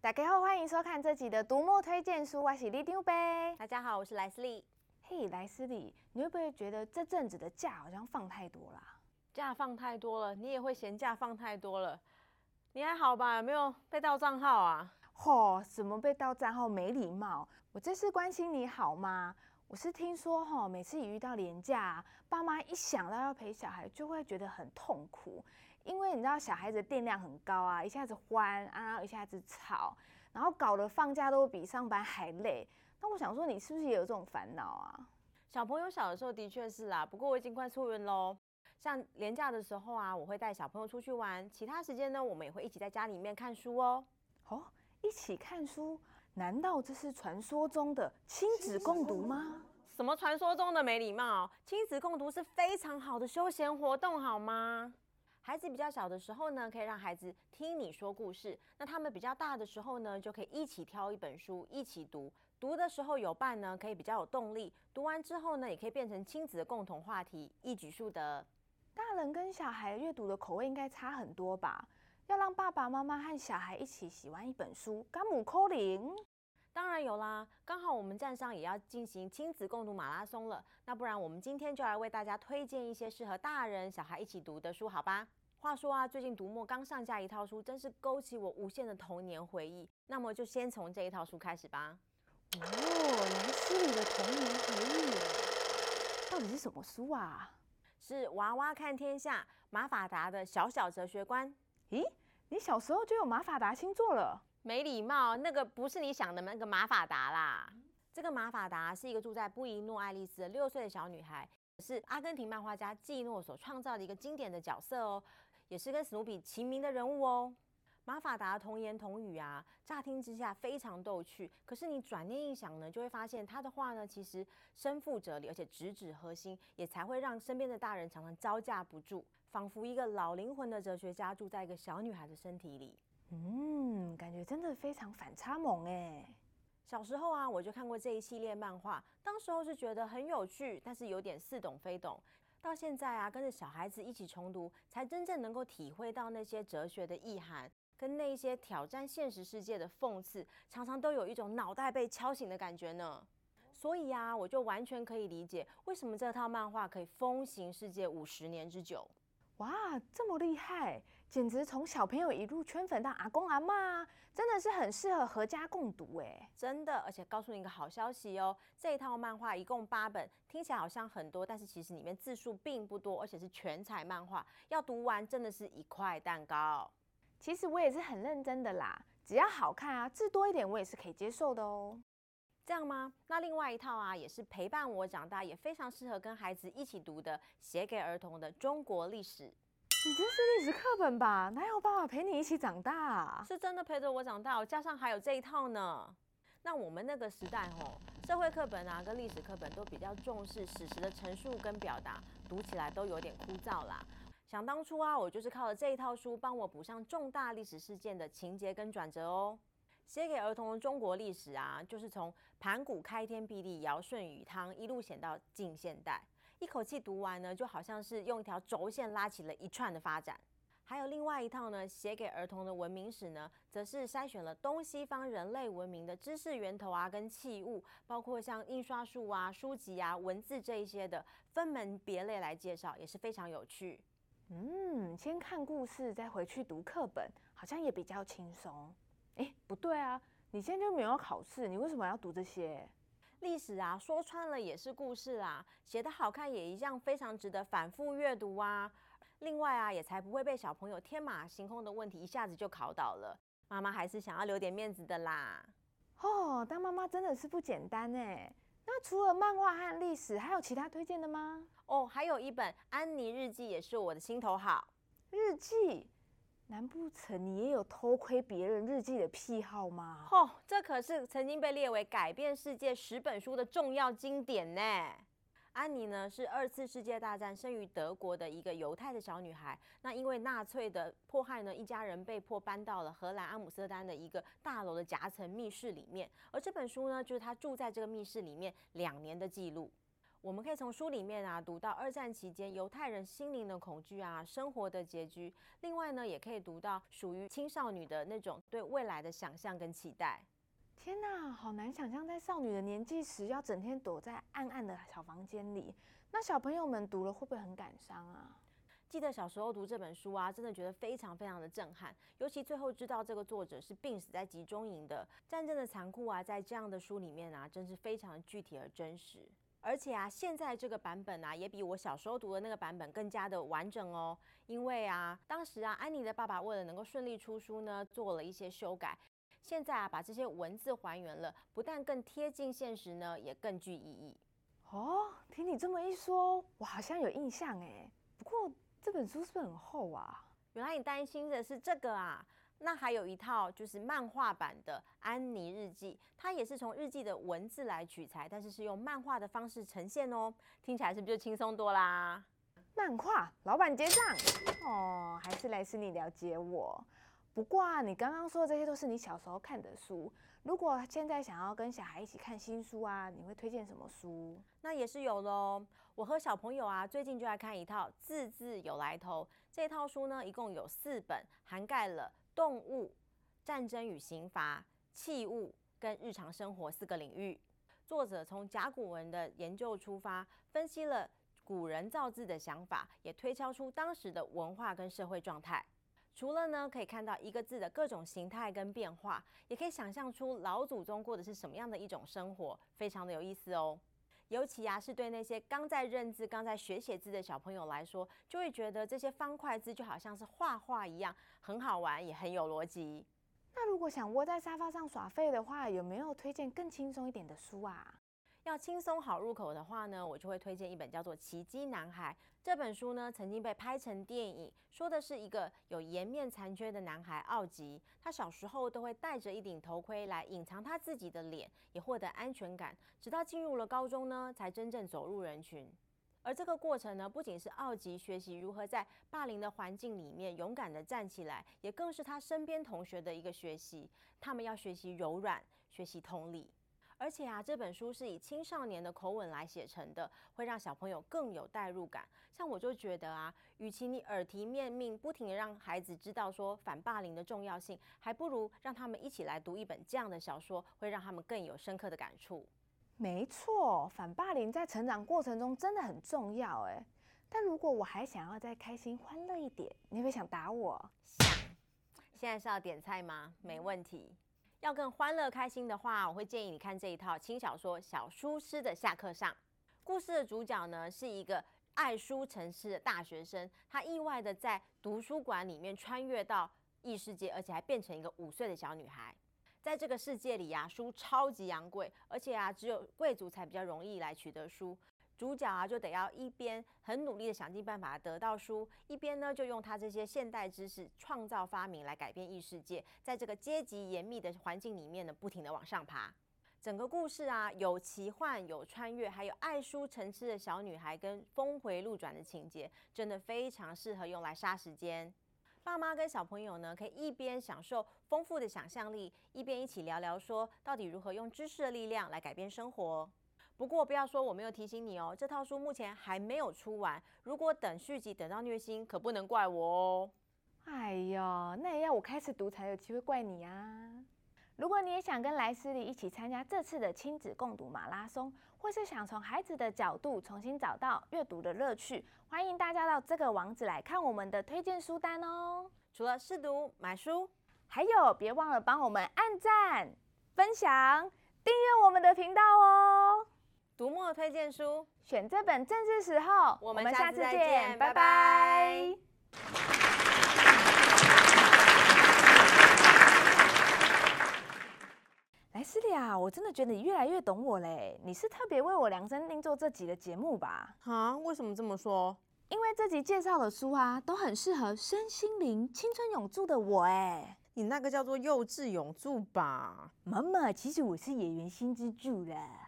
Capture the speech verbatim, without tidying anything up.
大家好，欢迎收看这集的读墨推荐书，我是李丢杯。 大家好，我是莱斯利。 嘿，莱斯利，你会不会觉得这阵子的假好像放太多啦？ 假放太多了，你也会嫌假放太多了？你还好吧？有没有被盗账号啊？ 吼、哦，什么被盗账号没礼貌？我这是关心你好吗？我是听说吼、哦，每次一遇到连假，爸妈一想到要陪小孩，就会觉得很痛苦，因为你知道小孩子电量很高啊，一下子欢啊，然后一下子吵，然后搞得放假都比上班还累。那我想说，你是不是也有这种烦恼啊？ 小朋友小的时候的确是啦，不过我已经快出园喽。像连假的时候啊，我会带小朋友出去玩，其他时间呢，我们也会一起在家里面看书哦。 哦，一起看书，难道这是传说中的亲子共读吗？ 什么传说中的没礼貌？亲子共读是非常好的休闲活动，好吗？孩子比较小的时候呢，可以让孩子听你说故事；那他们比较大的时候呢，就可以一起挑一本书一起读。读的时候有伴呢，可以比较有动力；读完之后呢，也可以变成亲子的共同话题，一举数得。 大人跟小孩阅读的口味应该差很多吧？要让爸爸妈妈和小孩一起喜欢一本书，甘姆扣零。 当然有啦，刚好我们站上也要进行亲子共读马拉松了，那不然我们今天就来为大家推荐一些适合大人小孩一起读的书，好吧？话说啊，最近读墨刚上架一套书，真是勾起我无限的童年回忆。那么就先从这一套书开始吧。 哦，莱斯里的童年回忆耶，到底是什么书啊？ 是娃娃看天下，马法达的小小哲学观。 咦，你小时候就有马法达星座了？ 没礼貌，那个不是你想的那个马法达啦。这个马法达是一个住在布宜诺爱丽丝的六岁的小女孩，是阿根廷漫画家季诺所创造的一个经典的角色哦，也是跟史努比齐名的人物哦。马法达童言童语啊，乍听之下非常逗趣，可是你转念一想呢，就会发现他的话呢，其实深富哲理，而且直指核心，也才会让身边的大人常常招架不住，仿佛一个老灵魂的哲学家住在一个小女孩的身体里。 嗯，感觉真的非常反差萌哎。 小时候啊，我就看过这一系列漫画，当时候是觉得很有趣，但是有点似懂非懂。到现在啊，跟着小孩子一起重读，才真正能够体会到那些哲学的意涵，跟那些挑战现实世界的讽刺，常常都有一种脑袋被敲醒的感觉呢。所以啊，我就完全可以理解为什么这套漫画可以风行世界五十年之久。 哇，这么厉害，简直从小朋友一路圈粉到阿公阿嬷，真的是很适合合家共读哎！ 真的，而且告诉你一个好消息哦，这一套漫画一共八本，听起来好像很多，但是其实里面字数并不多，而且是全彩漫画，要读完真的是一块蛋糕。 其实我也是很认真的啦，只要好看啊，字多一点我也是可以接受的哦。 这样吗？那另外一套啊，也是陪伴我长大，也非常适合跟孩子一起读的，写给儿童的中国历史。 你这是历史课本吧？哪有办法陪你一起长大啊？ 是真的陪着我长大，加上还有这一套呢。那我们那个时代吼，社会课本啊跟历史课本都比较重视史实的陈述跟表达，读起来都有点枯燥啦。想当初啊，我就是靠了这一套书帮我补上重大历史事件的情节跟转折哦。写给儿童的中国历史啊，就是从盘古开天辟地、尧舜禹汤一路写到近现代，一口气读完呢，就好像是用一条轴线拉起了一串的发展。还有另外一套呢，写给儿童的文明史呢，则是筛选了东西方人类文明的知识源头啊，跟器物，包括像印刷术啊、书籍啊、文字这一些的，分门别类来介绍，也是非常有趣。 嗯，先看故事，再回去读课本，好像也比较轻松。哎，不对啊，你现在就没有考试，你为什么要读这些？ 历史啊，说穿了也是故事啦，写得好看也一样非常值得反复阅读啊。另外啊，也才不会被小朋友天马行空的问题一下子就考倒了。妈妈还是想要留点面子的啦。 哦，当妈妈真的是不简单哎。那除了漫画和历史，还有其他推荐的吗？ 哦，还有一本《安妮日记》也是我的心头好。 日记？难不成你也有偷窥别人日记的癖好吗？ 哦，这可是曾经被列为改变世界十本书的重要经典呢。安妮呢是二次世界大战生于德国的一个犹太的小女孩，那因为纳粹的迫害呢，一家人被迫搬到了荷兰阿姆斯特丹的一个大楼的夹层密室里面，而这本书呢就是她住在这个密室里面两年的记录。 我们可以从书里面啊读到二战期间犹太人心灵的恐惧啊，生活的拮据。另外呢，也可以读到属于青少女的那种对未来的想象跟期待。 天哪，好难想象在少女的年纪时要整天躲在暗暗的小房间里。那小朋友们读了会不会很感伤啊？ 记得小时候读这本书啊，真的觉得非常非常的震撼，尤其最后知道这个作者是病死在集中营的，战争的残酷啊，在这样的书里面啊，真是非常的具体而真实。而且啊，现在这个版本啊，也比我小时候读的那个版本更加的完整哦。因为啊，当时啊，安妮的爸爸为了能够顺利出书呢，做了一些修改。现在啊，把这些文字还原了，不但更贴近现实呢，也更具意义。 哦，听你这么一说，我好像有印象哎。不过这本书是不是很厚啊？ 原来你担心的是这个啊？那还有一套就是漫画版的《安妮日记》，它也是从日记的文字来取材，但是是用漫画的方式呈现哦。听起来是不是就轻松多啦？ 漫画，老板结账哦，还是莱斯你了解我。不过啊，你刚刚说的这些都是你小时候看的书。如果现在想要跟小孩一起看新书啊，你会推荐什么书？ 那也是有的哦。我和小朋友啊，最近就在看一套《字字有来头》这套书呢，一共有四本，涵盖了动物、战争与刑罚、器物跟日常生活四个领域。作者从甲骨文的研究出发，分析了古人造字的想法，也推敲出当时的文化跟社会状态。除了呢，可以看到一个字的各种形态跟变化，也可以想象出老祖宗过的是什么样的一种生活，非常的有意思哦。尤其啊，是对那些刚在认字、刚在学写字的小朋友来说，就会觉得这些方块字就好像是画画一样，很好玩，也很有逻辑。 那如果想窝在沙发上耍废的话，有没有推荐更轻松一点的书啊？ 要轻松好入口的话呢，我就会推荐一本叫做《奇迹男孩》。这本书呢，曾经被拍成电影，说的是一个有颜面残缺的男孩奥吉，他小时候都会戴着一顶头盔来隐藏他自己的脸，也获得安全感。直到进入了高中呢，才真正走入人群。而这个过程呢，不仅是奥吉学习如何在霸凌的环境里面勇敢地站起来，也更是他身边同学的一个学习。他们要学习柔软，学习同理。而且啊，这本书是以青少年的口吻来写成的，会让小朋友更有代入感。像我就觉得啊，与其你耳提面命，不停地让孩子知道说反霸凌的重要性，还不如让他们一起来读一本这样的小说，会让他们更有深刻的感触。 没错，反霸凌在成长过程中真的很重要哎。但如果我还想要再开心欢乐一点，你会不会想打我？ 想。现在是要点菜吗？没问题。要更欢乐开心的话，我会建议你看这一套轻小说《小书痴的下课上》。故事的主角呢是一个爱书成痴的大学生，他意外的在图书馆里面穿越到异世界，而且还变成一个五岁的小女孩。在这个世界里啊，书超级昂贵，而且啊，只有贵族才比较容易来取得书。主角啊，就得要一边很努力的想尽办法得到书，一边呢就用他这些现代知识创造发明来改变异世界，在这个阶级严密的环境里面呢，不停的往上爬。整个故事啊，有奇幻，有穿越，还有爱书成痴的小女孩跟峰回路转的情节，真的非常适合用来杀时间。爸妈跟小朋友呢，可以一边享受丰富的想象力，一边一起聊聊说，到底如何用知识的力量来改变生活。不过不要说我没有提醒你哦，这套书目前还没有出完，如果等续集等到虐心，可不能怪我哦。 哎呦，那也要我开始读才有机会怪你啊！如果你也想跟莱斯利一起参加这次的亲子共读马拉松，或是想从孩子的角度重新找到阅读的乐趣，欢迎大家到这个网址来看我们的推荐书单哦。 除了试读、买书， 还有别忘了帮我们按赞、分享、订阅我们的频道哦。 读墨推荐书， 选这本正是时候。 我们下次再见， 见拜拜。 拜拜。 莱斯利啊，我真的觉得你越来越懂我嘞。你是特别为我量身定做这集的节目吧？ 啊？为什么这么说？ 因为这集介绍的书啊，都很适合身心灵青春永驻的我哎。 你那个叫做幼稚永驻吧？ 妈妈，其实我是演员新之助啦。